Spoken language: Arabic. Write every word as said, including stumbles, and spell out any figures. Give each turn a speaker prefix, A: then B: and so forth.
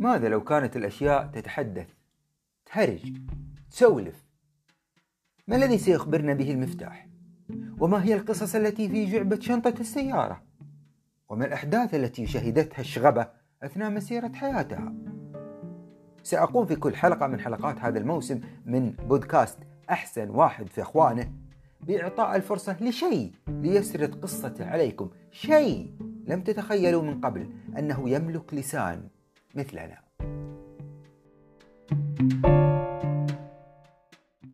A: ماذا لو كانت الأشياء تتحدث، تهرج، تسولف؟ ما الذي سيخبرنا به المفتاح؟ وما هي القصص التي في جعبة شنطة السيارة؟ وما الأحداث التي شهدتها الشغبة أثناء مسيرة حياتها؟ سأقوم في كل حلقة من حلقات هذا الموسم من بودكاست أحسن واحد في أخوانه بإعطاء الفرصة لشيء ليسرد قصته عليكم، شيء لم تتخيلوا من قبل أنه يملك لسان مثلنا.